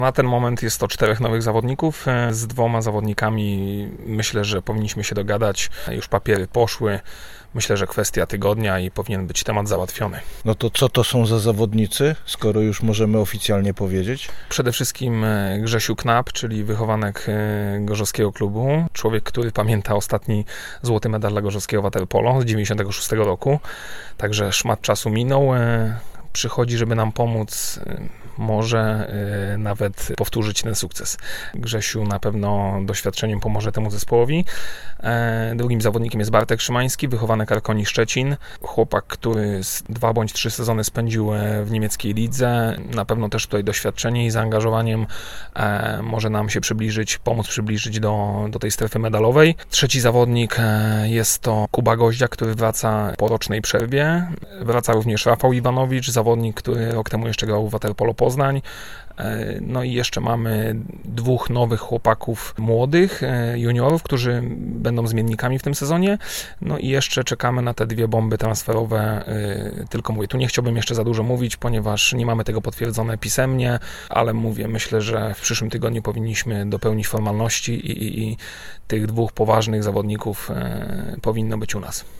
Na ten moment jest to 4 nowych zawodników. Z 2 zawodnikami myślę, że powinniśmy się dogadać. Już papiery poszły. Myślę, że kwestia tygodnia i powinien być temat załatwiony. No to co to są za zawodnicy, skoro już możemy oficjalnie powiedzieć? Przede wszystkim Grzesiu Knap, czyli wychowanek gorzowskiego klubu. Człowiek, który pamięta ostatni złoty medal dla gorzowskiego waterpolo z 1996 roku. Także szmat czasu minął. Przychodzi, żeby nam pomóc, może nawet powtórzyć ten sukces. Grzesiu na pewno doświadczeniem pomoże temu zespołowi. Drugim zawodnikiem jest Bartek Szymański, wychowanek Arkonii Szczecin. Chłopak, który 2 bądź 3 sezony spędził w niemieckiej lidze. Na pewno też tutaj doświadczenie i zaangażowaniem może nam się pomóc przybliżyć do tej strefy medalowej. Trzeci zawodnik jest to Kuba Goździak, który wraca po rocznej przerwie. Wraca również Rafał Iwanowicz, zawodnik, który rok temu jeszcze grał w Waterpolo Poznań. No i jeszcze mamy 2 nowych chłopaków młodych, juniorów, którzy będą zmiennikami w tym sezonie. No i jeszcze czekamy na te 2 bomby transferowe. Tylko mówię, tu nie chciałbym jeszcze za dużo mówić, ponieważ nie mamy tego potwierdzone pisemnie, ale myślę, że w przyszłym tygodniu powinniśmy dopełnić formalności i tych 2 poważnych zawodników powinno być u nas.